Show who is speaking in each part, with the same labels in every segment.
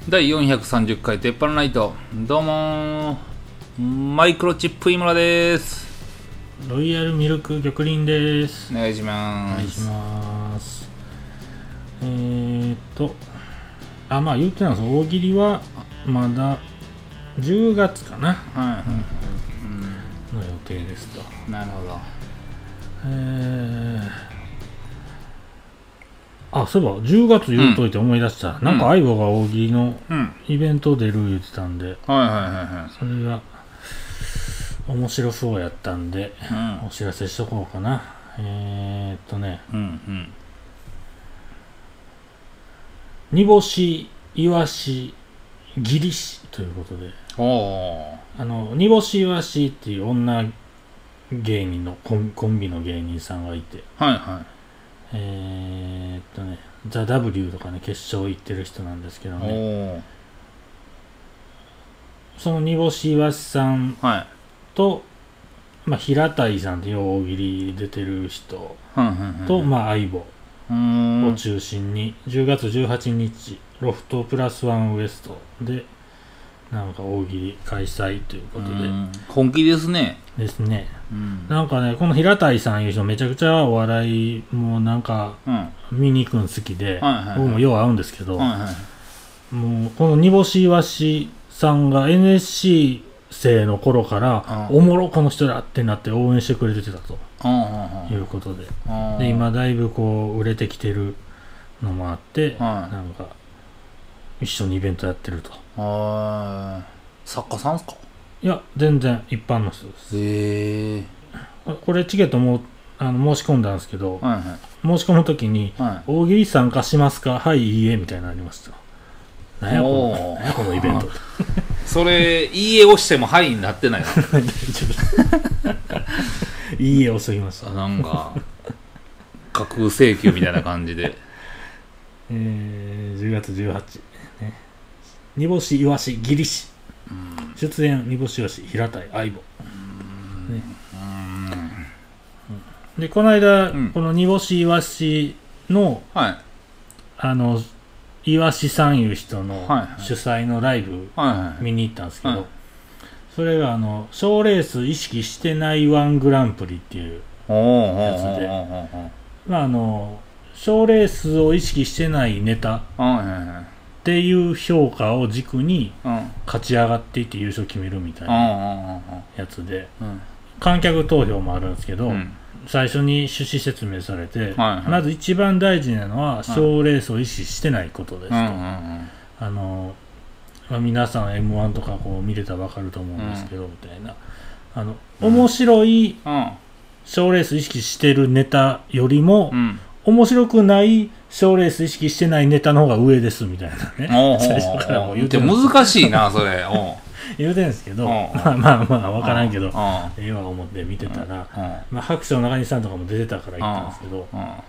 Speaker 1: 第430回鉄板ライト、どうもマイクロチップ井村です。
Speaker 2: ロイヤルミルク玉林です。
Speaker 1: お願いします。
Speaker 2: お願いします。まあ言ってたんです。大喜利はまだ10月かな、の予定ですと。
Speaker 1: なるほど。
Speaker 2: そういえば10月言うといて思い出した、なんか相棒が大喜利のイベント出る言ってたんで、それが面白そうやったんで、お知らせしとこうかな。煮干し、イワシ、ギリシということで、煮干しイワシっていう女芸人のコンビの芸人さんがいて、ザ・ W とかね、決勝行ってる人なんですけどね、その煮干しイワシさんと、平たいさんっていう大喜利出てる人と、相棒を中心に10月18日ロフトプラスワンウエストでなんか大喜利開催ということで、
Speaker 1: 本気ですね。
Speaker 2: なんかね、この平たいさんいう人めちゃくちゃお笑いもなんか見に行くの好きで、僕もよう会うんですけど、もうこの煮干しイワシさんが NSC 生の頃からおもろこの人だってなって応援してくれてたということで、今だいぶこう売れてきてるのもあって、なんか一緒にイベントやってると。
Speaker 1: 作家さんですか？
Speaker 2: いや、全然一般の人です。これチケットも申し込んだんですけど、申し込むときに、大喜利参加しますか？はい、いいえみたいなのありました。何やこのイベント
Speaker 1: それいいえ押してもはいになってないの？
Speaker 2: いいえ押しときました。
Speaker 1: なんか架空請求みたいな感じで
Speaker 2: 10月18日、ね、煮干しイワシギリシ、出演煮干しイワシ平たい相棒、でこの間、この煮干しイワシの、イワシさんいう人の主催のライブ見に行ったんですけど、それが賞レース意識してないワングランプリっていうやつで、賞レースを意識してないネタっていう評価を軸に勝ち上がっていって優勝決めるみたいなやつで、観客投票もあるんですけど、最初に趣旨説明されて、まず一番大事なのは賞レースを意識してないことですと。皆さん M1 とかこう見れたら分かると思うんですけど、みたいな面白い賞レース意識してるネタよりも、面白くない賞レース意識してないネタの方が上ですみたいなね、最初からもう言うてる。
Speaker 1: 難しいなそれ
Speaker 2: 言うてるんですけど、まあ分からんけど、ええわ思って見てたら、白書の中西さんとかも出てたから言ったんですけど、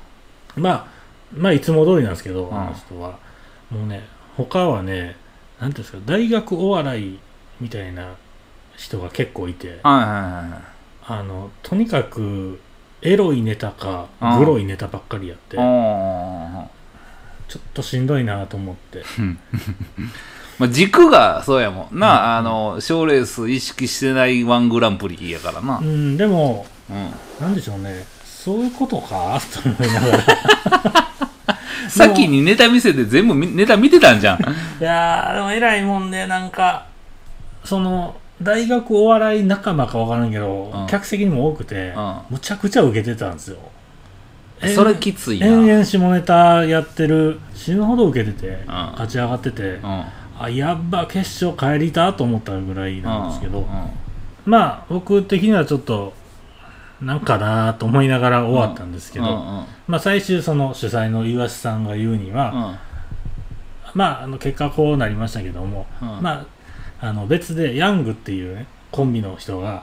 Speaker 2: いつも通りなんですけど、あの人はもうね、他はね、なんていうんですか、大学お笑いみたいな人が結構いて、とにかくエロいネタかグロいネタばっかりやって、ちょっとしんどいなと思って
Speaker 1: 軸がそうやもんな、賞レース意識してないワングランプリやからな。
Speaker 2: でも、なんでしょうね、そういうことかと思いながら
Speaker 1: 先にネタ見せて全部ネタ見てたんじゃん。
Speaker 2: いやー、でも偉いもんで、なんかその大学お笑い仲間か分からんけど、客席にも多くて、むちゃくちゃ受けてたんですよ。
Speaker 1: それきついな。
Speaker 2: 延々下ネタやってる、死ぬほど受けてて、勝ち上がってて、やっば決勝帰りたと思ったぐらいなんですけど、僕的にはちょっとなんかなと思いながら終わったんですけど、最終その主催の岩瀬さんが言うには、結果こうなりましたけども、別でヤングっていうねコンビの人が、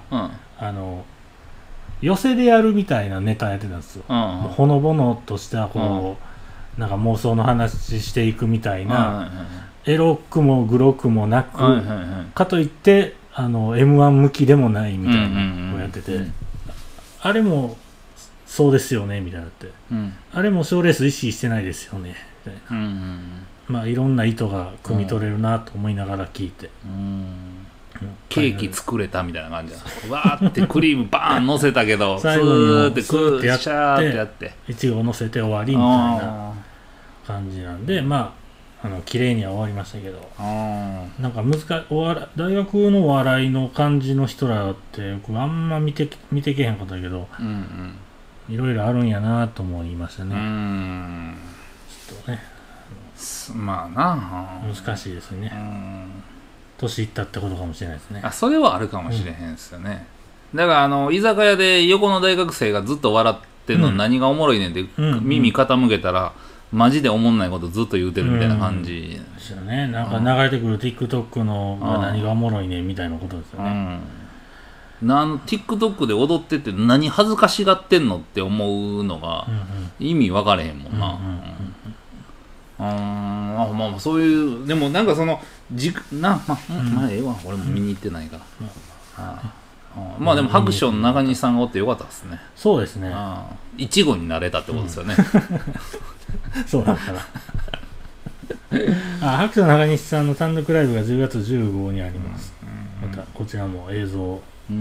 Speaker 2: 寄せでやるみたいなネタやってたんですよ。もうほのぼのとしたこう、なんか妄想の話していくみたいな、エロくもグロくもなく、かといってM1 向きでもないみたいなのをやってて、あれもそうですよねみたいなって、あれも賞レース意識してないですよねみたいな、 まあいろんな意図が汲み取れるなと思いながら聞いて、
Speaker 1: ケーキ作れたみたいな感じだ。わーってクリームバーン乗せたけど
Speaker 2: 最後に
Speaker 1: ス
Speaker 2: ーってや
Speaker 1: って
Speaker 2: いちご乗せて終わりみたいな感じなんで、まあ綺麗には終わりましたけど、なんか大学のお笑いの感じの人らって僕あんま見てけへんかったけど、いろいろあるんやなと思いましたね。ちょっとね、
Speaker 1: まあな
Speaker 2: 難しいですね。年いったってことかもしれないですね。
Speaker 1: それはあるかもしれへんですよね。だから居酒屋で横の大学生がずっと笑ってんの何がおもろいねんって耳傾けたら、マジでおもんないことずっと言うてるみたいな感じ
Speaker 2: ですよね。なんか流れてくる TikTok の何がおもろいねみたいなことですよね。
Speaker 1: TikTok で踊ってて何恥ずかしがってんのって思うのが意味分かれへんもんな。まあそういう、でもなんかそのまあええわ、俺も見に行ってないから。まあでもハクション中西さんがおってよかったですね。
Speaker 2: そうですね。
Speaker 1: いちごになれたってことですよね。
Speaker 2: そうなんだな。ハクション中西さんの単独ライブが10月15日にあります。またこちらも映像、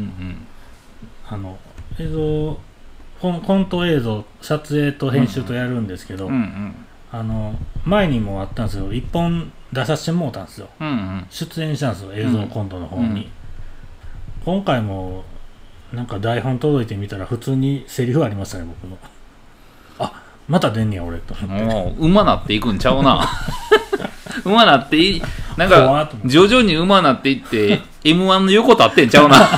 Speaker 2: 映像コント映像撮影と編集とやるんですけど、前にもあったんですよ。1本出させてもうたんですよ。出演したんですよ、映像コントの方に。今回もなんか台本届いてみたら普通にセリフありましたね、僕の。また出んねや俺と思って。
Speaker 1: もう馬なっていくんちゃうな。馬なってなんか徐々に馬なっていって M1 の横立ってんちゃうな。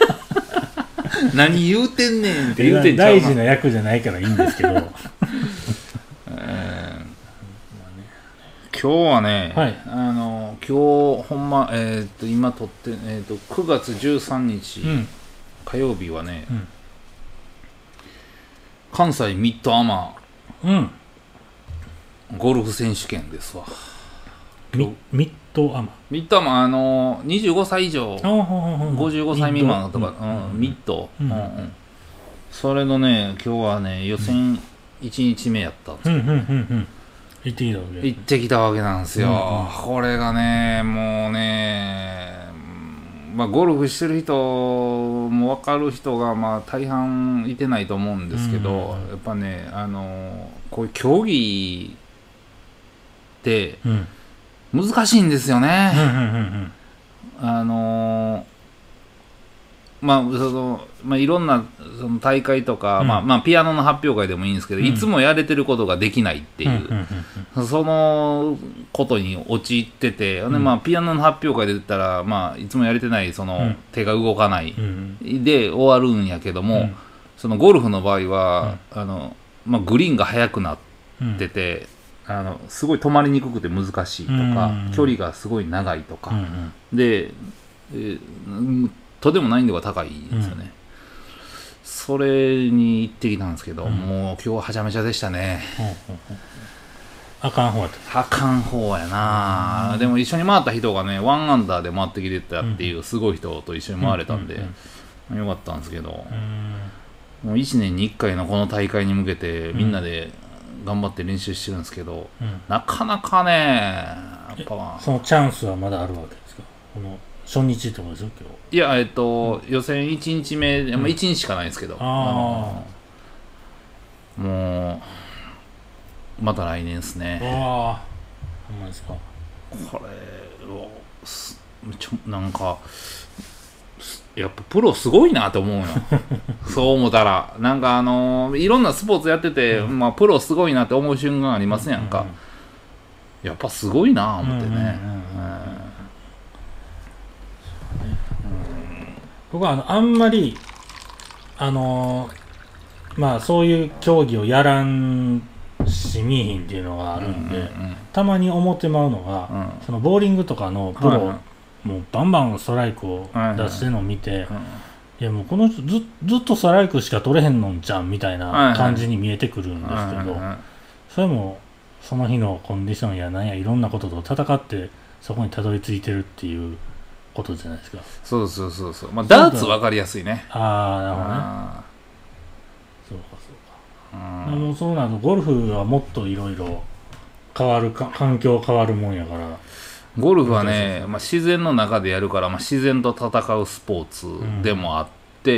Speaker 1: 何言うてんねんって言うてんちゃうな。
Speaker 2: 大事な役じゃないからいいんですけど。
Speaker 1: 今日はね、今日ほんま今撮って9月13日、火曜日はね、関西ミッドアマゴルフ選手権ですわ。
Speaker 2: ミッドアマ
Speaker 1: 25歳以上55歳未満とかミッド、それのね今日はね予選1日目やったんですよ。行ってきたわけなんですよ。これがねもうね、ゴルフしてる人も分かる人が大半いてないと思うんですけど、やっぱねこういう競技って難しいんですよね。いろんなその大会とか、ピアノの発表会でもいいんですけど、いつもやれてることができないっていう、そのことに陥ってて、ピアノの発表会で言ったら、いつもやれてないその手が動かないで終わるんやけども、そのゴルフの場合は、グリーンが速くなってて、すごい止まりにくくて難しいとか、距離がすごい長いとか、で、とでも難易度が高いんですよね。それに行ってきたんですけど、もう今日ははちゃめちゃでしたね。
Speaker 2: あかん方やった。
Speaker 1: あかん方やな。でも一緒に回った人がね、1アンダーで回ってきてたっていうすごい人と一緒に回れたんで、よかったんですけど、もう1年に1回のこの大会に向けてみんなで頑張って練習してるんですけど、なかなかね、やっぱ
Speaker 2: そのチャンスはまだあるわけですか？この初日ってことですよ、今日。
Speaker 1: いや、予選1日目、1日しかないんですけど、もうまた来年ですね。
Speaker 2: ほんまですか。
Speaker 1: これをなんかやっぱプロすごいなと思うよ。そう思ったらなんかいろんなスポーツやってて、プロすごいなって思う瞬間ありますやんか。やっぱすごいな思ってね。
Speaker 2: 僕はあんまりそういう競技をやらんし見えひんっていうのがあるんで、たまに思ってまうのが、そのボーリングとかのプロ、もうバンバンストライクを出してるのを見て、いやもうこの人ずっとストライクしか取れへんのんちゃんみたいな感じに見えてくるんですけど、それもその日のコンディションやなんやいろんなことと戦ってそこにたどり着いてるっていうことじゃないですか。
Speaker 1: そうダーツ分かりやすいね。
Speaker 2: なるほどね。そうかもうそうなるとゴルフはもっといろいろ環境変わるもんやから。
Speaker 1: ゴルフはね、自然の中でやるから、自然と戦うスポーツでもあって、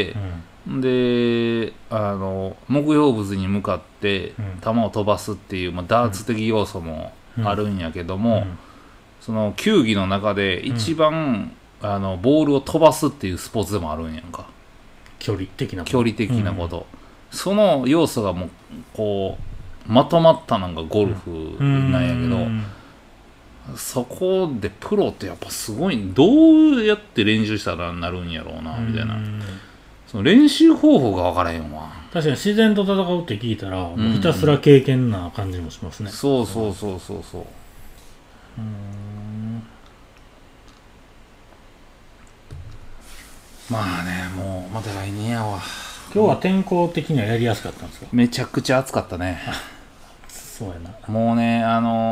Speaker 1: で目標物に向かって球を飛ばすっていう、ダーツ的要素もあるんやけども、その球技の中で一番、ボールを飛ばすっていうスポーツでもあるんやんか。
Speaker 2: 距離的な
Speaker 1: こと、その要素がもうこうまとまったのがゴルフなんやけど、そこでプロってやっぱすごい、どうやって練習したらなるんやろうなみたいな、その練習方法が分からへんわ。
Speaker 2: 確かに自然と戦うって聞いたら、もうひたすら経験な感じもしますね。
Speaker 1: そう。まあね、もうまた来年やわ。
Speaker 2: 今日は天候的にはやりやすかったんですか？
Speaker 1: めちゃくちゃ暑かったね。
Speaker 2: そうやな。
Speaker 1: もうね、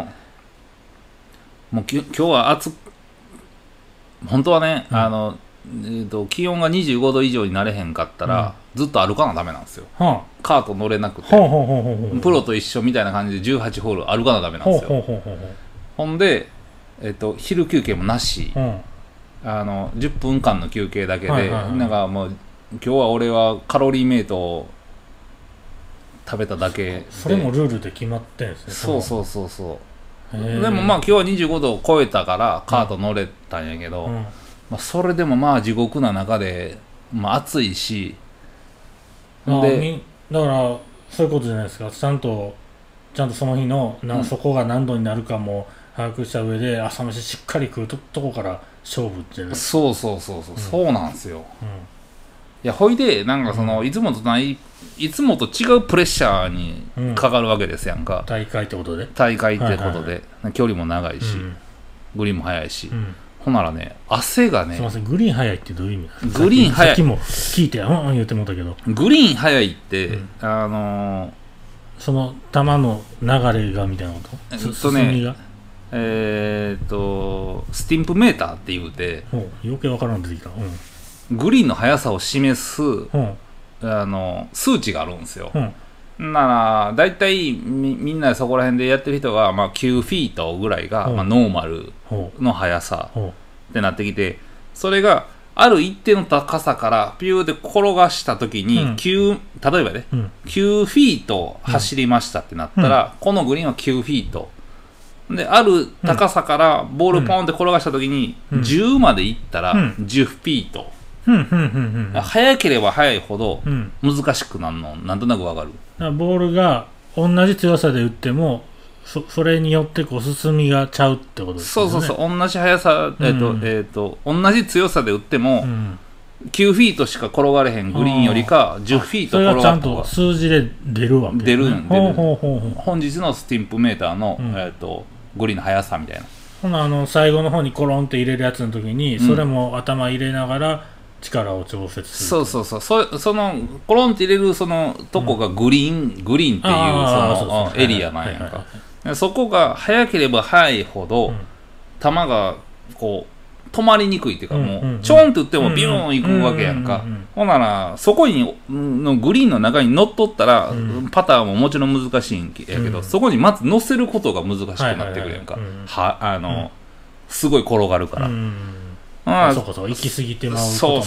Speaker 1: もう今日は本当はね、気温が25度以上になれへんかったら、ずっと歩かなダメなんですよ。カート乗れなくて、プロと一緒みたいな感じで18ホール歩かなダメなんですよ。ほんで、昼休憩もなし、10分間の休憩だけで、なんかもう今日は俺はカロリーメイトを食べただけで。
Speaker 2: それもルールで決まってんですね。
Speaker 1: そうでも今日は25度を超えたからカート乗れたんやけど、それでも地獄な中で、暑いし、
Speaker 2: でだからそういうことじゃないですか。ちゃんとその日のそこが何度になるかも把握した上で、朝飯しっかり食うとこから勝負じゃないですか。
Speaker 1: そうなんですよ。いや、ほいでなんかいつもと違うプレッシャーにかかるわけですやんか。
Speaker 2: 大会ってことで
Speaker 1: 距離も長いし、グリーンも速いし、ほならね、汗がね。
Speaker 2: すみません、グリーン速いってどういう意味なんですか？
Speaker 1: グリーン速い、
Speaker 2: さっきも聞いて言ってもったけど、
Speaker 1: グリーン速いって、
Speaker 2: その球の流れがみたいなこと？進みが
Speaker 1: スティンプメーターって言うて、
Speaker 2: 余計わからん出てきた。
Speaker 1: グリーンの速さを示す、数値があるんですよ。ならだいたいみんなそこら辺でやってる人が、9フィートぐらいが、ノーマルの速さってなってきて、それがある一定の高さからピューで転がした時に、例えばね、9フィート走りましたってなったら、このグリーンは9フィートで、ある高さからボールポンって転がした時に、10までいったら10フィート、速ければ速いほど難しくなるの、なんとなくわかる。
Speaker 2: ボールが同じ強さで打っても、それによって進みがちゃうってことですね。
Speaker 1: 同じ速さ、同じ強さで打っても、9フィートしか転がれへんグリーンよりか10フィート転がった方が、
Speaker 2: それがちゃんと数字で出るわけですね。
Speaker 1: 本日のスティンプメーターの、グリーンの速さみたいな。
Speaker 2: ほな最後の方にコロンって入れるやつの時に、それも頭入れながら力を調節する。
Speaker 1: そのコロンって入れるそのとこがグリーンっていうそのエリアなんやんか。そこが速ければ速いほど、球がこう止まりにくいっていうか、もうちょんって打ってもビューンいくわけやんか。ほんならそこにのグリーンの中に乗っとったら、パターンももちろん難しいんやけど、そこにまず乗せることが難しくなってくるやんか。すごい転がるから。
Speaker 2: そう行き過ぎてまうこともある。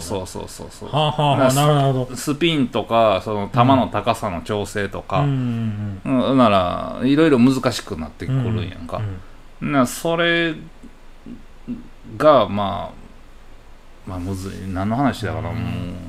Speaker 2: なるほど。
Speaker 1: スピンとかその球の高さの調整とか、ならいろいろ難しくなってくるんやんか。それがむずい。何の話だからも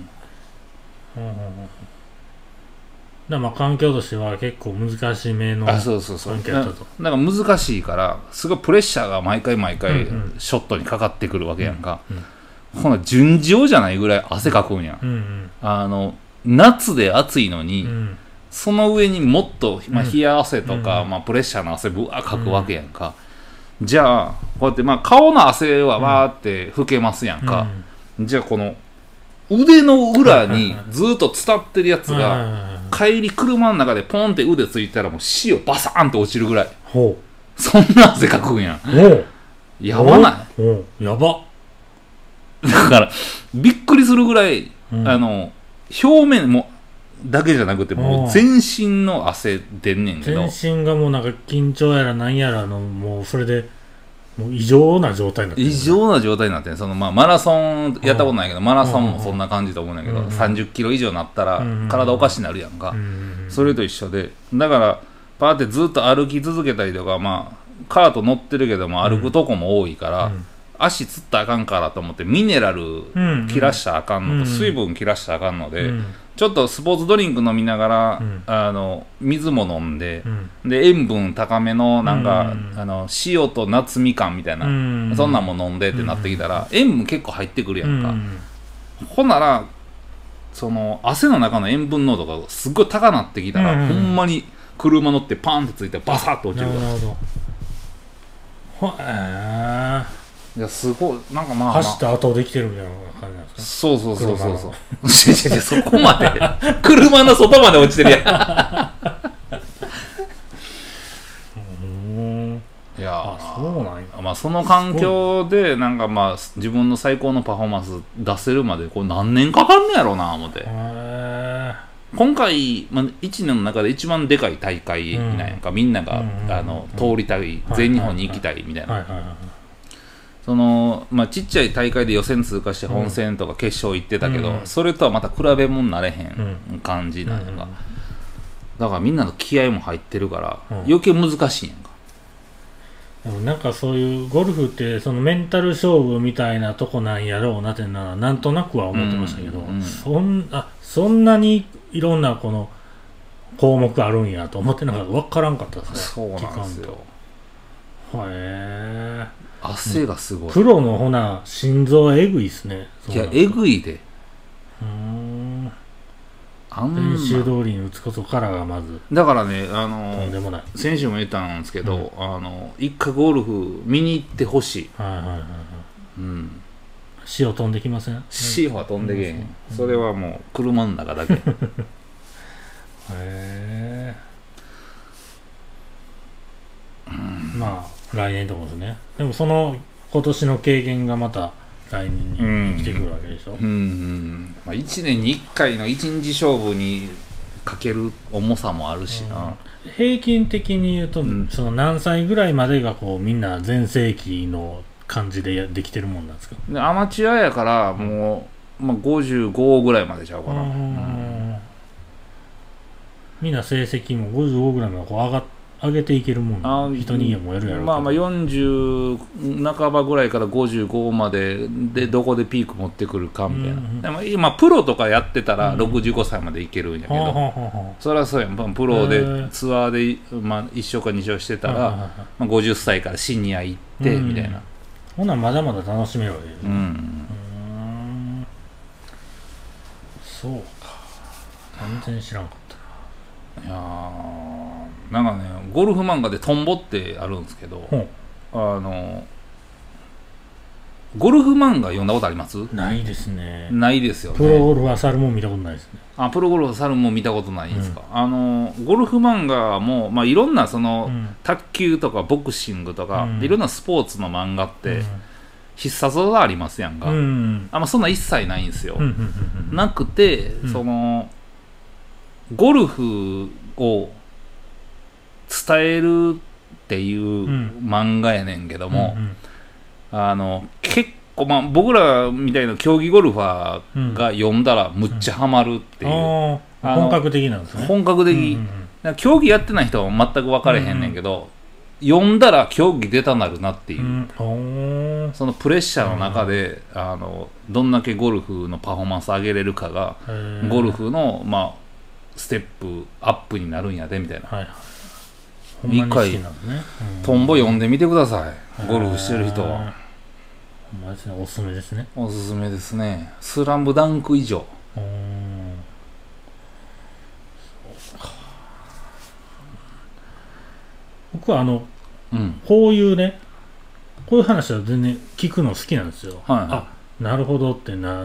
Speaker 2: う。環境としては結構難しめの環境だったと。
Speaker 1: だから難しいから、すごいプレッシャーが毎回ショットにかかってくるわけやんか。ほな尋常じゃないぐらい汗かくんやん。夏で暑いのに、その上にもっと冷や汗とか、プレッシャーの汗ぶわかくわけやんか。じゃあこうやって顔の汗はわーって拭けますやんか。じゃあこの腕の裏にずっと伝ってるやつが帰り車の中でポンって腕ついたらもう塩バサーンって落ちるぐらい、そんな汗かくんやん。やばない？
Speaker 2: やば。
Speaker 1: だからびっくりするぐらい、表面もだけじゃなくてもう全身の汗出んねんけど、
Speaker 2: 全身がもうなんか緊張やらなんやらのもうそれでもう異常な状態になってる、
Speaker 1: 異常な状態になってる。そのマラソンやったことないけど、マラソンもそんな感じと思うんだけど、30キロ以上になったら体おかしになるやんか、それと一緒で、だからパーってずっと歩き続けたりとか、カート乗ってるけども歩くとこも多いから、足つったらあかんからと思ってミネラル切らしたらあかんのと水分切らしたらあかんので、ちょっとスポーツドリンク飲みながら、水も飲んで、で塩分高めのなんか、塩と夏みかんみたいな、そんなんも飲んでってなってきたら、塩分結構入ってくるやんか、ほんならその汗の中の塩分濃度がすっごい高なってきたら、ほんまに車乗ってパンってついてバサッと落ちるから。
Speaker 2: なるほど。
Speaker 1: いやすごいなんか
Speaker 2: 走った後できてるみたいな感じなんですか。
Speaker 1: そうそこまで車の外まで落ちてるやんいや
Speaker 2: そうなんや。
Speaker 1: その環境でなんか自分の最高のパフォーマンス出せるまでこれ何年かかんねやろうな思って。今回、1年の中で一番でかい大会なんやんか、みんなが、通りたい、全日本に行きたいみたいな。そのちっちゃい大会で予選通過して本戦とか決勝行ってたけど、それとはまた比べ物になれへん感じなんやんか、だからみんなの気合も入ってるから、余計難しいんやんか。
Speaker 2: でもなんかそういうゴルフってそのメンタル勝負みたいなとこなんやろうなってなんとなくは思ってましたけど、そんなにいろんなこの項目あるんやと思ってなんか分からんかったですね。
Speaker 1: そうなんですよ。汗がすごい。
Speaker 2: プロのほな心臓えぐいっすね。
Speaker 1: いやえぐいで。
Speaker 2: 練習通りに打つことからがまず
Speaker 1: だからね、
Speaker 2: とんでもない。
Speaker 1: 先週も言ったんですけど、一回ゴルフ見に行ってほしい。
Speaker 2: 潮飛んできません？
Speaker 1: 潮は飛んでけへん。それはもう車の中だけ。
Speaker 2: 来年とこですね。でもその今年の経験がまた来年に生きてくるわけでしょ。
Speaker 1: 1年に1回の1日勝負にかける重さもあるしな。
Speaker 2: 平均的に言うと、その何歳ぐらいまでがこうみんな全盛期の感じでできてるもんなんですか。
Speaker 1: でアマチュアやからもう、55ぐらいまでちゃうかな。み
Speaker 2: んな成績も55ぐらいまでこう上げていけるもん。人にもよるやろうけど。
Speaker 1: 40半ばぐらいから55まででどこでピーク持ってくるかみたいな。でも今プロとかやってたら65歳までいけるんやけど、それはそうやん。プロでツアーで1勝か2勝してたら50歳からシニア行ってみたいな。
Speaker 2: ほなまだまだ楽しめるわけですね。そうか。全然知らんかったな。
Speaker 1: いやなんかね、ゴルフ漫画でトンボってあるんですけど、ゴルフ漫画読んだことあります？
Speaker 2: ないですね。
Speaker 1: ないですよね。
Speaker 2: プロゴルファーサルモン見たことないですね。
Speaker 1: プロゴルファーサルモン見たことないんですか？ゴルフ漫画も、いろんなその、卓球とかボクシングとか、いろんなスポーツの漫画って、必殺技ありますやんか。そんな一切ないんですよ。なくて、そのゴルフを伝えるっていう漫画やねんけども、結構僕らみたいな競技ゴルファーが読んだらむっちゃハマるっていう、
Speaker 2: 本格的なんですね。
Speaker 1: 本格的、競技やってない人は全く分かれへんねんけど、読んだら競技出たなるなっていう、そのプレッシャーの中で、どんだけゴルフのパフォーマンス上げれるかがゴルフのステップアップになるんやでみたいな。一回トンボ読んでみてください。ゴルフしてる人は。
Speaker 2: おすすめですね。
Speaker 1: おすすめですね。スラムダンク以上。
Speaker 2: 僕はこういうね、こういう話は全然聞くの好きなんですよ。なるほどってなって、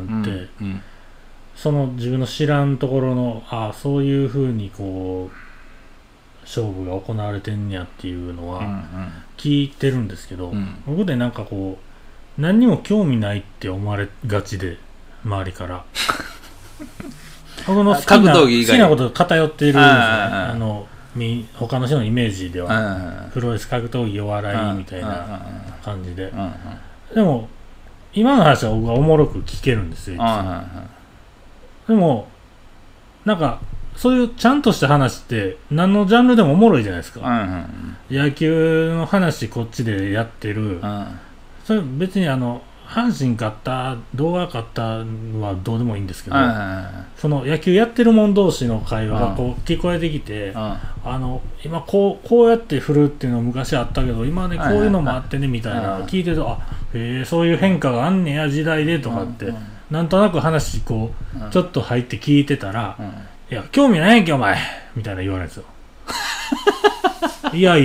Speaker 2: その自分の知らんところのそういうふうにこう勝負が行われてんやっていうのは聞いてるんですけど、僕でなんかこう何にも興味ないって思われがちで、周りから僕の好きなことが偏っているんですね。他の人のイメージではプロレス、格闘技、お笑いみたいな感じで、でも今の話は僕はおもろく聞けるんですよ。でもなんかそういうちゃんとした話って何のジャンルでもおもろいじゃないですか。野球の話こっちでやってる、それ別に阪神勝った動画勝ったはどうでもいいんですけど、その野球やってる者同士の会話がこう聞こえてきて、今こうやって振るっていうの昔あったけど今ねこういうのもあってねみたいな聞いてると、そういう変化があんねや時代でとかってなんとなく話こうちょっと入って聞いてたら、いや興味ないやんけお前みたいな言われるんですよ。いや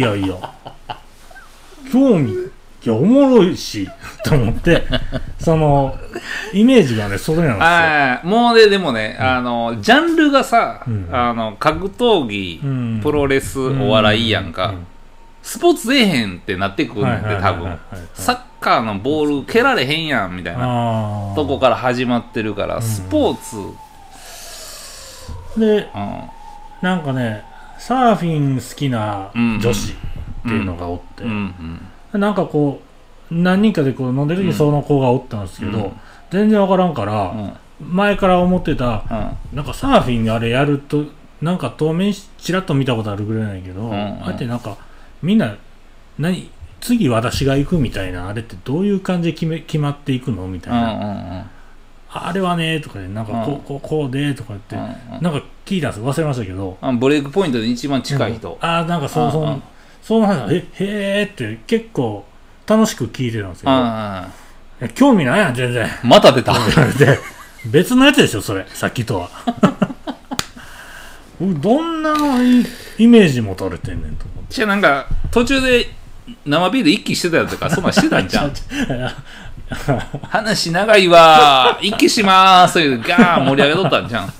Speaker 2: 興味いやおもろいしと思ってそのイメージがねそれなんですよ。
Speaker 1: もうねでもね、ジャンルがさ、格闘技、プロレス、お笑いやんか、スポーツせえへんってなってくるんで、多分サッカーのボール蹴られへんやんみたいなとこから始まってるから、スポーツ
Speaker 2: で、なんかねサーフィン好きな女子っていうのがおって、なんかこう何人かでこう飲んでる時にその子がおったんですけど、全然わからんから、前から思ってた、なんかサーフィンあれやるとなんか透明ちらっと見たことあるぐらいなんやけど、あれってなんかみんな次私が行くみたいな、あれってどういう感じで決まっていくのみたいな、あれはねとかでなんかこうでとかってなんか聞いたんですよ。忘れましたけど、
Speaker 1: ブレイクポイントで一番近い人、
Speaker 2: なんかその話へーって結構楽しく聞いてたんですけど、興味ないやん全然
Speaker 1: また出た
Speaker 2: 別のやつでしょそれさっきとは。どんなイメージ持たれてんねんと思って。
Speaker 1: じゃあなんか途中で生ビール一気してたやつとかそんなんしてたんじゃん。話長いわ一気しまーすそういうガーン盛り上げとったんじゃん。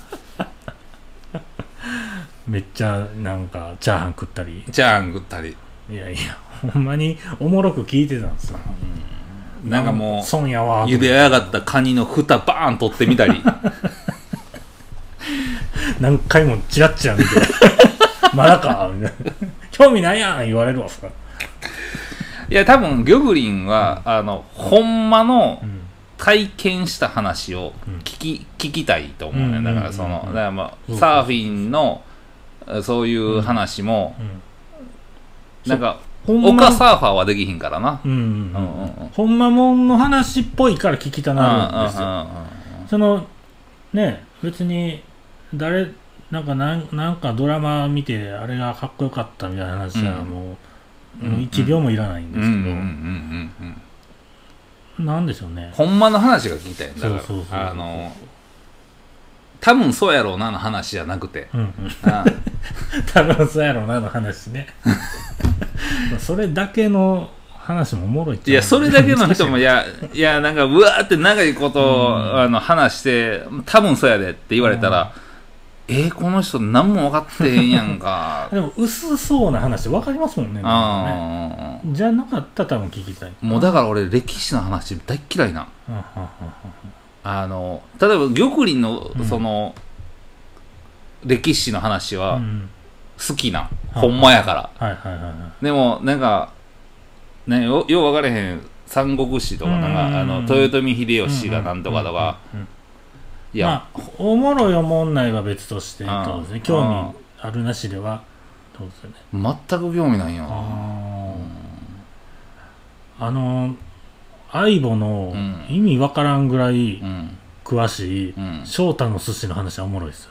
Speaker 2: めっちゃなんかチャーハン食ったり
Speaker 1: い
Speaker 2: やほんまにおもろく聞いてたんですよ。
Speaker 1: なんかもう
Speaker 2: 損やわ
Speaker 1: 茹で上がったカニの蓋バーン取ってみたり
Speaker 2: 何回もチラッチラ見てまだかみたいな興味ないやん言われるわ。
Speaker 1: いや多分ギョグリンは、ほんまの体験した話を聞きたいと思うね。だからだからまあサーフィンのそういう話も、なんか丘サーファーはできひんからな。
Speaker 2: ほんまもんの話っぽいから聞きたなるんですよ。そのね別になんかドラマ見てあれがかっこよかったみたいな話はもう1秒もいらないんですけど、なんでしょうね。
Speaker 1: ほんまの話が聞きたいんだから多分そうやろうなの話じゃなくて、
Speaker 2: 多分そうやろうなの話ね。それだけの話もおもろいっちゃう。
Speaker 1: いやそれだけの人もいやなんかうわーって長いことを、話して多分そうやでって言われたら、この人何も分かってへんやんか。
Speaker 2: でも薄そうな話分かりますもんね。じゃなかったら多分聞きたい。
Speaker 1: もうだから俺歴史の話大っ嫌いな。例えば玉林のその、歴史の話は好きな、ほんまやから。でもなんかねよう分かれへん三国志とかなんか豊臣秀吉がなんとかとか、いや、
Speaker 2: まあ、おもろいおもんないは別としてどうですね。興味あるなしではどうですよね。
Speaker 1: 全く興味ないよ。
Speaker 2: 相棒の意味わからんぐらい詳しい翔太の寿司の話はおもろいですよ。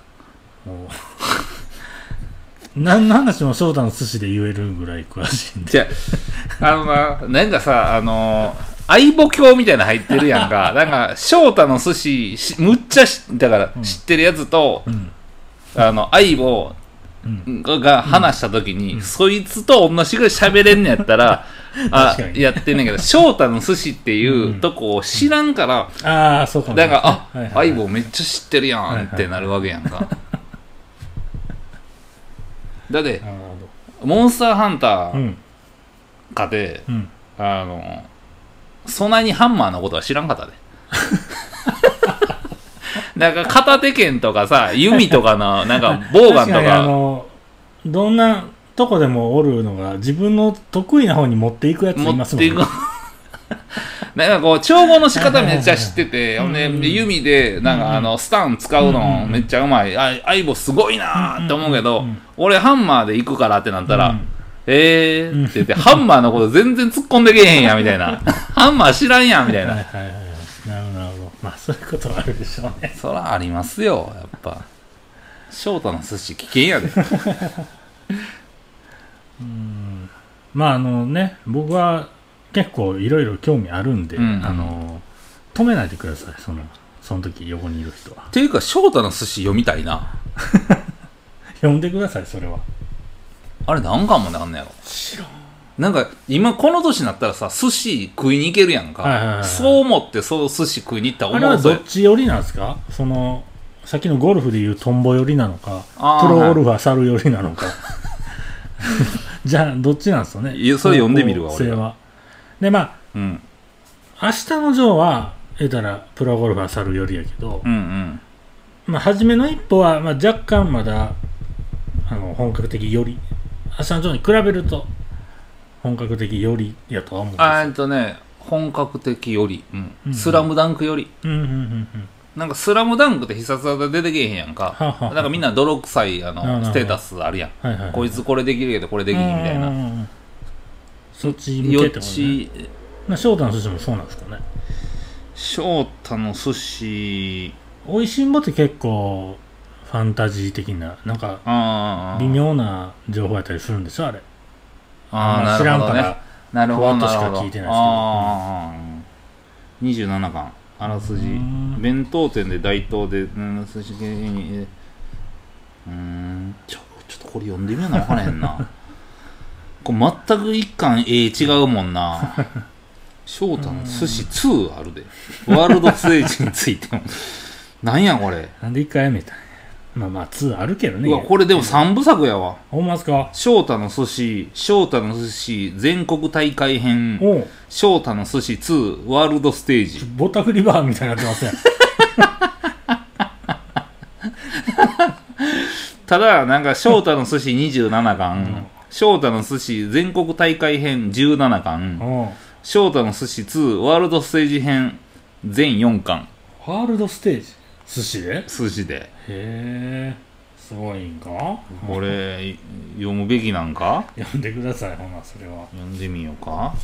Speaker 2: 何の話も翔太の寿司で言えるぐらい詳しいんで。
Speaker 1: じゃなんかさ相棒教みたいなの入ってるやんか。なんか翔太の寿司むっちゃだから知ってるやつと、相棒が話した時に、そいつと同じぐらい喋れんのやったらやってんねんけど、翔太の寿司っていうとこを知らんから、
Speaker 2: そうかも。
Speaker 1: だから相棒めっちゃ知ってるやんってなるわけやんか。だってモンスターハンターかで、そんなにハンマーのことは知らんかったで。 なんか片手剣とかさ、弓とかの、なんか、ボウガンとか。
Speaker 2: どんなとこでもおるのが、自分の得意な方に持っていくやついますもんね。持っていく。
Speaker 1: なんかこう、調合の仕方めっちゃ知ってて、ほんで、弓で、なんかスタン使うのめっちゃうまい。相棒すごいなーって思うけど、俺ハンマーで行くからってなったら、って言って、ハンマーのこと全然突っ込んでけへんや、みたいな。ハンマー知らんや、みたいな。
Speaker 2: はいはいはい。なるほど、なるほど。まあ、そういうことはあるでしょうね。
Speaker 1: そらありますよ、やっぱ。翔太の寿司危険やで。
Speaker 2: まあね、僕は結構いろいろ興味あるんで、止めないでください、その時横にいる人は。
Speaker 1: っていうか、翔太の寿司読みたいな。
Speaker 2: 読んでください、それは。
Speaker 1: あれ何巻まであんのやろ。
Speaker 2: 知らん。
Speaker 1: なんか今この年になったらさ、寿司食いに行けるやんか、そう思ってそう寿司食いに行ったら
Speaker 2: あれはどっち寄りなんですか？さっきのゴルフでいうトンボ寄りなのか、プロゴルファー猿寄りなのかじゃあどっちなんですかね。
Speaker 1: いや、それ読んでみるわ俺は。
Speaker 2: でまあ、明日のジョーは言うたらプロゴルファー猿寄りやけど、まあ初めの一歩は、まあ、若干まだ本格的寄り、明日のジョーに比べると本格的よりやとは思うんですよ。
Speaker 1: 本格的より、スラムダンクより、なんかスラムダンクって必殺技出てけえへんやんか。なんかみんな泥臭いステータスあるやん。こいつこれできるけどこれできひんみたいな。
Speaker 2: そっち向けてもね。翔太の寿司もそうなんですかね。
Speaker 1: 翔太の寿司、
Speaker 2: おいしんぼって結構ファンタジー的な、なんか微妙な情報やったりするんですよ、あれ。知らんから、ふわっとしか聞いてないですけど。
Speaker 1: 27巻、あらすじ。弁当店で大東で、寿司系に、ちょっとこれ読んでみような分からへんな。これ全く一巻違うもんな。翔太の寿司2あるで。ワールドステージについても。なんやこれ。
Speaker 2: なんで一回やめたんや。まあ2あるけどね。
Speaker 1: うわ、これでも3部作やわ。
Speaker 2: ほんまっすか？
Speaker 1: 翔太の寿司全国大会編、翔太の寿司2ワールドステージ。
Speaker 2: ボタフリバーみたいになってますね。
Speaker 1: ただなんか翔太の寿司27巻、翔太の寿司全国大会編17巻、翔太の寿司2ワールドステージ編全4巻。
Speaker 2: ワールドステージ寿司で。へえ、すごいんか。
Speaker 1: これ読むべきなんか。
Speaker 2: 読んでください。ほなそれは
Speaker 1: 読んでみようか。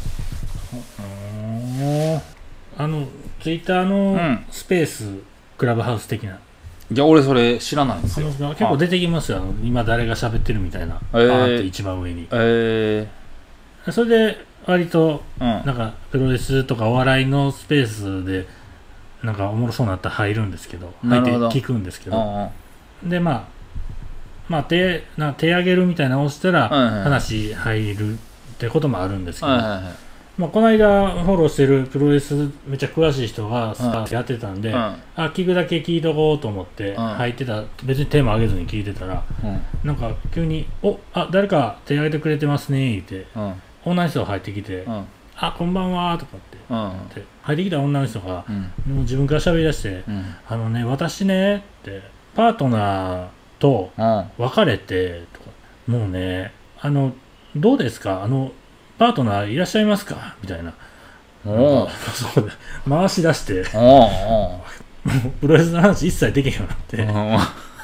Speaker 2: ツイッターのスペース、クラブハウス的な。
Speaker 1: いや俺それ知らないんですよ。
Speaker 2: 結構出てきますよ、今誰が喋ってるみたいな、バーって一番上に。それで割となんかプロレスとかお笑いのスペースでなんかおもろそうになったら入るんですけど、入って聞くんですけど、でまあ手上げるみたいなのを押したら話入るってこともあるんですけど、まあこの間フォローしてるプロレスめっちゃ詳しい人がやってたんで、聞くだけ聞いとこうと思って入ってた、別にテーマ上げずに聞いてたら、なんか急に誰か手挙げてくれてますねって女の人が入ってきて、こんばんはとかって入ってきた女の人がもう自分から喋り出して、私ねってパートナーと別れてとか、もうねどうですか、パートナーいらっしゃいますかみたいな、そうで回し出してもうプロレスの話一切できへんようになって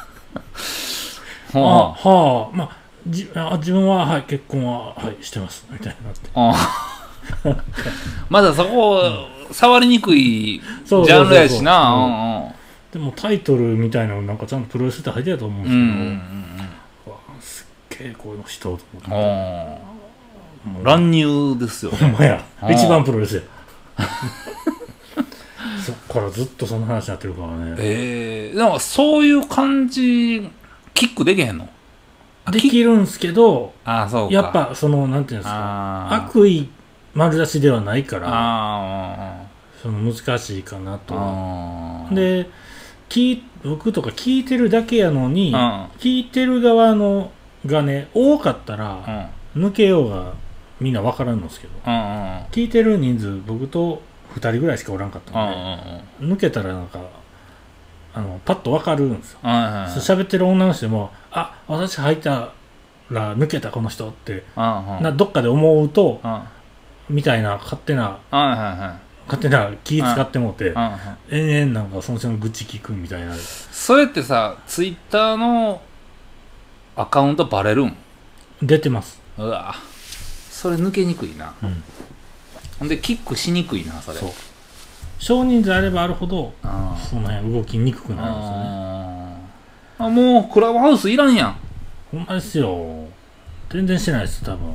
Speaker 2: まあ自分は結婚はしてますみたいになって
Speaker 1: まだそこ、触りにくいジャンルやしな。
Speaker 2: でもタイトルみたいなのなんかちゃんとプロレスって入ってたと思うんですけど、すっげえこの人と思って、
Speaker 1: 乱入ですよ。
Speaker 2: ほんまや、一番プロレスや。そっからずっとその話になってるからね。
Speaker 1: なんかそういう感じキックできへんの？
Speaker 2: できるんすけど、
Speaker 1: そうか、
Speaker 2: やっぱなんていうんですか、悪意丸出しではないから、難しいかなと。で僕とか聞いてるだけやのに、聞いてる側のがね多かったら、抜けようがみんな分からんのですけど、聞いてる人数僕と2人ぐらいしかおらんかったんで、抜けたらなんかパッと分かるんですよ。喋ってる女の人でも、あ、私入ったら抜けたこの人ってどっかで思うとみたいな勝手な気使ってもうて延々なんかその人の愚痴聞くみたいな。
Speaker 1: それってさ、ツイッターのアカウントバレるん？
Speaker 2: 出てます。
Speaker 1: うわ、それ抜けにくいな。ほんでキックしにくいな。それ
Speaker 2: 少人数あればあるほどその辺動きにくくなるんですよね。
Speaker 1: もうクラブハウスいらんやん。
Speaker 2: ほんまですよ。全然してないです多分。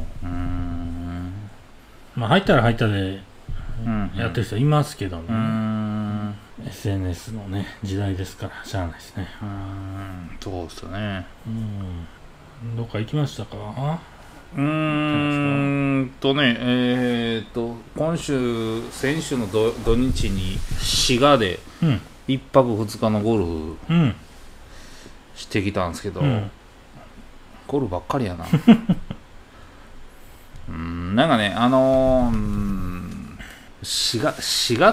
Speaker 2: まあ入ったら入ったでやってる人いますけども、SNS のね時代ですからしゃあないですね。
Speaker 1: そうですよね。
Speaker 2: どっか行きましたか？
Speaker 1: 今週先週の土日に滋賀で1泊2日のゴルフしてきたんですけど、ゴルフばっかりやな。なんかね、滋賀って、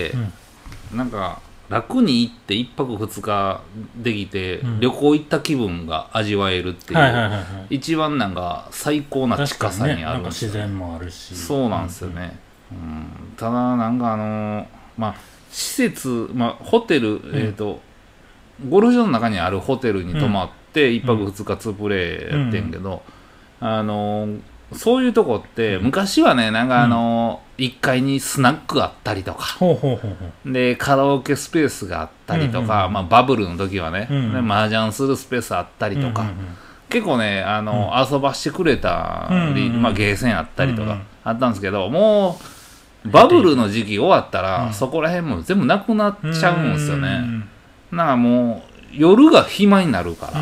Speaker 1: なんか楽に行って1泊2日できて、旅行行った気分が味わえるっていう、一番なんか最高な近さにあるんですよ。
Speaker 2: 自然もあるし。
Speaker 1: そうなんですよね。ただなんか施設、ホテル、ゴルフ場の中にあるホテルに泊まって1泊2日2プレイやってんけど、そういうとこって昔はね、なんか1階にスナックあったりとかでカラオケスペースがあったりとか、バブルの時はね、麻雀するスペースあったりとか、結構ね遊ばしてくれたり、ゲーセンあったりとかあったんですけど、もうバブルの時期終わったら、そこら辺も全部なくなっちゃうんですよね。なんかもう夜が暇になるから、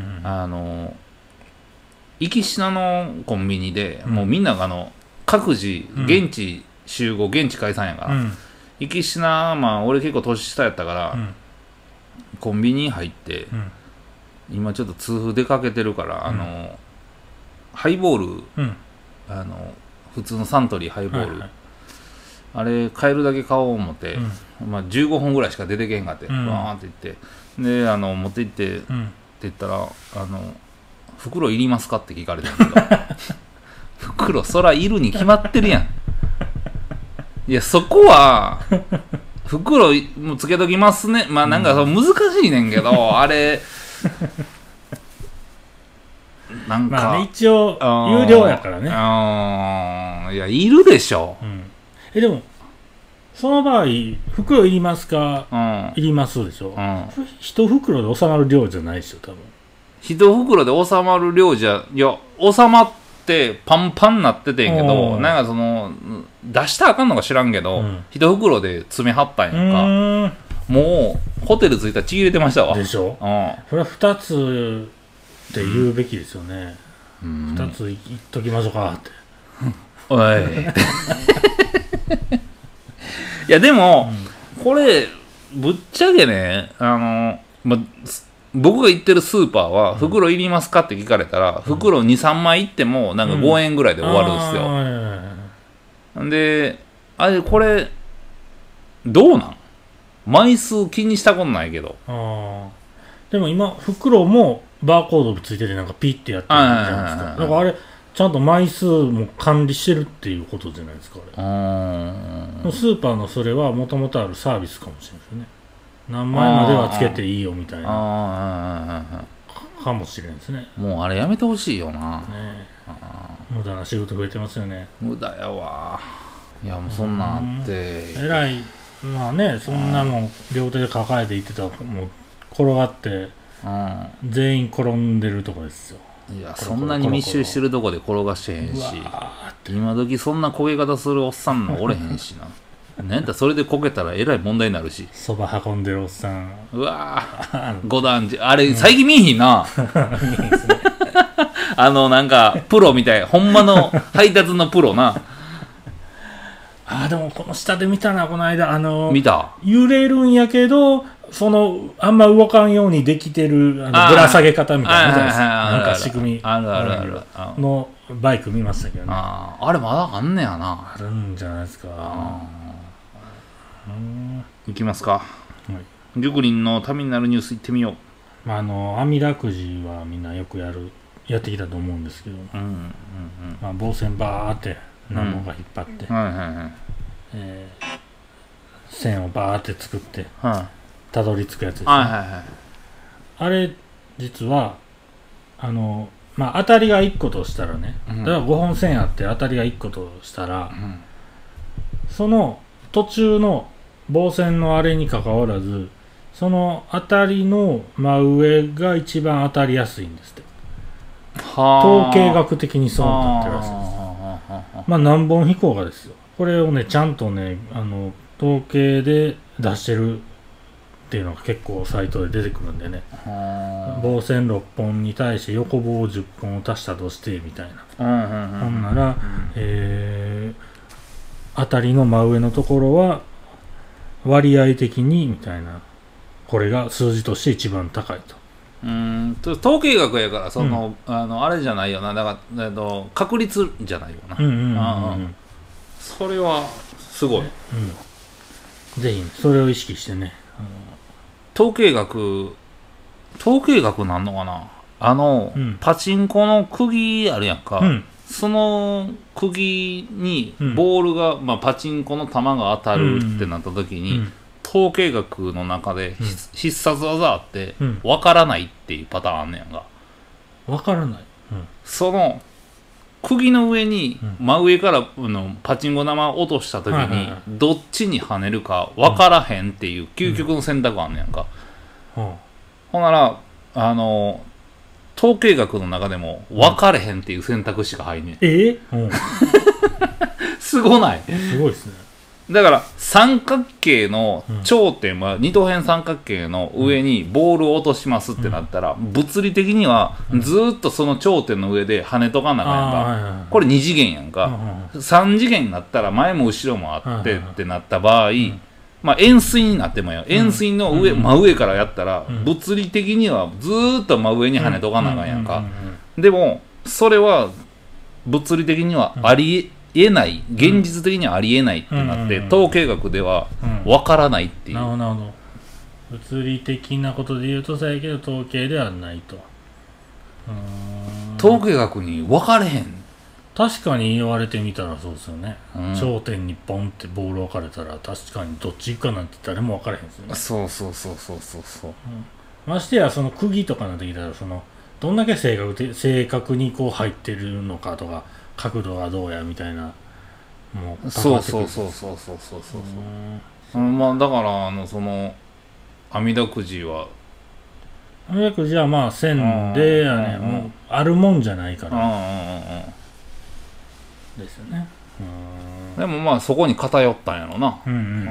Speaker 1: 行きしなのコンビニで、もうみんなが各自現地集合、現地解散やから、行きしな、俺結構年下やったから、コンビニ入って、今ちょっと痛風出かけてるから、ハイボール、普通のサントリーハイボール、あれ買えるだけ買おう思って、15本ぐらいしか出てけんかって、バーンって言って、で持って行って、って言ったら袋いりますかって聞かれたんだけど袋そらいるに決まってるやん。いやそこは袋もつけときますね。なんか難しいねんけど、あれなんか、
Speaker 2: 一応有料やからね。
Speaker 1: いやいるでしょ。
Speaker 2: でもその場合袋いりますか、いりますでしょ。一袋で収まる量じゃないでしょ多分。
Speaker 1: 一袋で収まる量じゃ、いや収まってパンパンになっててんけど、なんか出したらあかんのか知らんけど、一袋で詰めはったんやんか。もうホテル着いたらちぎれてましたわ。
Speaker 2: でしょ。それは2つって言うべきですよね。2ついっときましょうかって。
Speaker 1: おいいやでも、これぶっちゃけね、僕が行ってるスーパーは袋いりますかって聞かれたら、袋 2,3 枚いってもなんか5円ぐらいで終わるんですよ。であれこれどうなん？枚数気にしたことないけど。
Speaker 2: でも今袋もバーコードついててなんかピッてやってるじゃないですか。だからあれちゃんと枚数も管理してるっていうことじゃないですか。スーパーのそれはもともとあるサービスかもしれないですよね。何枚まではつけていいよみたいなかもしれないですね。
Speaker 1: もうあれやめてほしいよな。
Speaker 2: 無駄な仕事増えてますよね。
Speaker 1: 無駄やわ。いやもうそんなんあって、
Speaker 2: えらい。そんなもん両手で抱えていってたらもう転がって全員転んでるとこですよ。
Speaker 1: いやそんなに密集してるとこで転がしてへんし、今時そんな焦げ方するおっさんもおれへんしな。なんだそれでこけたらえらい問題になるし。
Speaker 2: そば運んでるおっさん。
Speaker 1: うわ五段あれ最近見えひんな。なんかプロみたい、ほんまの配達のプロな。
Speaker 2: でもこの下で見たなこの間。
Speaker 1: 見た。
Speaker 2: 揺れるんやけどあんま動かんようにできてるぶら下げ方みたいななんか仕組みのバイク見ましたけどね。
Speaker 1: あれまだあんねやな。
Speaker 2: あるんじゃないですか。
Speaker 1: 行きますか。 玉林のためになるニュースいってみよう。
Speaker 2: 網だくじはみんなよくやってきたと思うんですけど、棒線バーって何本か引っ張って、線をバーって作ってたどり着くやつですね。あれ実は当たりが1個としたらね、だから5本線あって当たりが1個としたら、その途中の棒線のあれにかかわらず、その当たりの真上が一番当たりやすいんですって。統計学的にそうなってるらしいです。何本飛行がですよ。これをねちゃんとね統計で出してるっていうのが結構サイトで出てくるんでね、棒線6本に対して横棒10本を足したとしてみたいな、ほんなら、当たりの真上のところは割合的にみたいな、これが数字として一番高いと。
Speaker 1: 統計学やからあれじゃないよな、だから確率じゃないよな。それはすごい、
Speaker 2: ぜひそれを意識してね、
Speaker 1: 統計学なんのかな、パチンコの釘あるやんか、その釘にボールが、パチンコの球が当たるってなった時に、統計学の中で必殺技あって分からないっていうパターンあんねやんか。
Speaker 2: 分からない、
Speaker 1: その釘の上に真上からパチンコ玉を落とした時にどっちに跳ねるか分からへんっていう究極の選択あんねやんか。ほんなら統計学の中でも分かれへんっていう選択肢が入んねん。すごない？
Speaker 2: すごいですね。
Speaker 1: だから三角形の頂点は二等辺三角形の上にボールを落としますってなったら、物理的にはずっとその頂点の上で跳ねとかなあかんやんか。これ2次元やんか。3次元になったら前も後ろもあってってなった場合、円錐になってもよ、円錐の真上からやったら物理的にはずっと真上に跳ねとかなあかんやんか。でもそれは物理的にはありえない、現実的にはありえないってなって、統計学では分からないっていう。
Speaker 2: なるほど。物理的なことで言うとそうやけど統計ではないと。
Speaker 1: 統計学に分かれへん。
Speaker 2: 確かに言われてみたらそうですよね。頂点にポンってボール分かれたら確かにどっち行くかなんて誰も分からへんですよね。
Speaker 1: そう、
Speaker 2: ましてやその釘とかなってきたらどんだけ正確にこう入ってるのかとか角度がどうやみたいな、もう
Speaker 1: そうだから網だくじは
Speaker 2: 線でもうあるもんじゃないからですよね。
Speaker 1: でもそこに偏ったんやろな。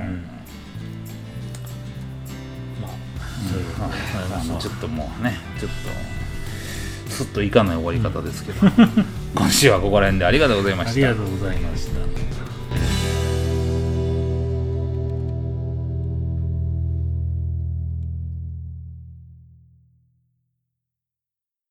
Speaker 1: ちょっともうねすっといかない終わり方ですけど今週はここら辺でありがとうございました。
Speaker 2: ありがとうございました。